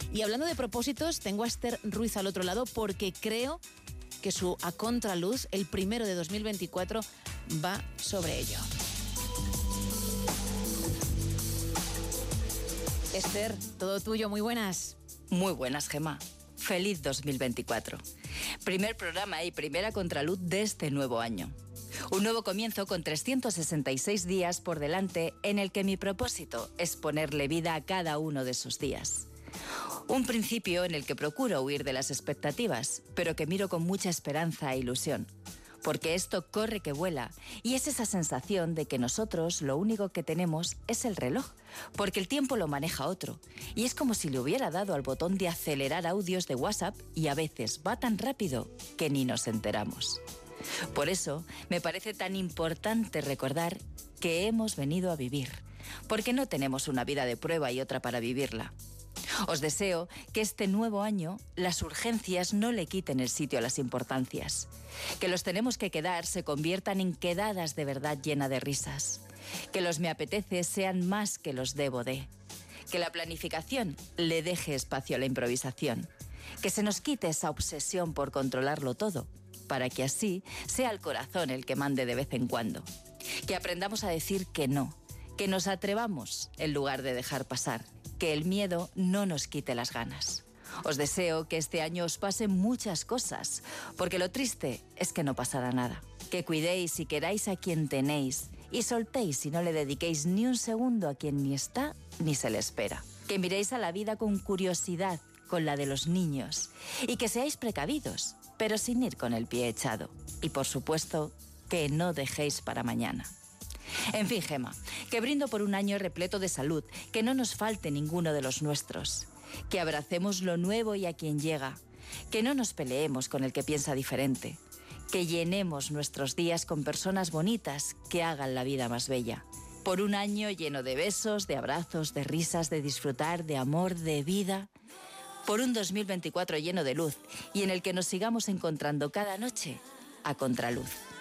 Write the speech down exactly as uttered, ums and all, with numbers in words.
Y hablando de propósitos, tengo a Esther Ruiz al otro lado porque creo que su A Contraluz, el primero de dos mil veinticuatro, va sobre ello. Esther, todo tuyo, muy buenas. Muy buenas, Gemma. Feliz dos mil veinticuatro. Primer programa y primera contraluz de este nuevo año. Un nuevo comienzo con trescientos sesenta y seis días por delante en el que mi propósito es ponerle vida a cada uno de esos días. Un principio en el que procuro huir de las expectativas, pero que miro con mucha esperanza e ilusión. Porque esto corre que vuela y es esa sensación de que nosotros lo único que tenemos es el reloj, porque el tiempo lo maneja otro y es como si le hubiera dado al botón de acelerar audios de WhatsApp y a veces va tan rápido que ni nos enteramos. Por eso me parece tan importante recordar que hemos venido a vivir, porque no tenemos una vida de prueba y otra para vivirla. Os deseo que este nuevo año las urgencias no le quiten el sitio a las importancias, que los tenemos que quedar se conviertan en quedadas de verdad llena de risas, que los me apetece sean más que los debo de, que la planificación le deje espacio a la improvisación, que se nos quite esa obsesión por controlarlo todo, para que así sea el corazón el que mande de vez en cuando, que aprendamos a decir que no, que nos atrevamos en lugar de dejar pasar, que el miedo no nos quite las ganas. Os deseo que este año os pasen muchas cosas, porque lo triste es que no pasará nada. Que cuidéis y queráis a quien tenéis y soltéis y no le dediquéis ni un segundo a quien ni está ni se le espera. Que miréis a la vida con curiosidad, con la de los niños, y que seáis precavidos, pero sin ir con el pie echado. Y por supuesto, que no dejéis para mañana. En fin, Gemma, que brindo por un año repleto de salud, que no nos falte ninguno de los nuestros, que abracemos lo nuevo y a quien llega, que no nos peleemos con el que piensa diferente, que llenemos nuestros días con personas bonitas que hagan la vida más bella. Por un año lleno de besos, de abrazos, de risas, de disfrutar, de amor, de vida. Por un dos mil veinticuatro lleno de luz y en el que nos sigamos encontrando cada noche a contraluz.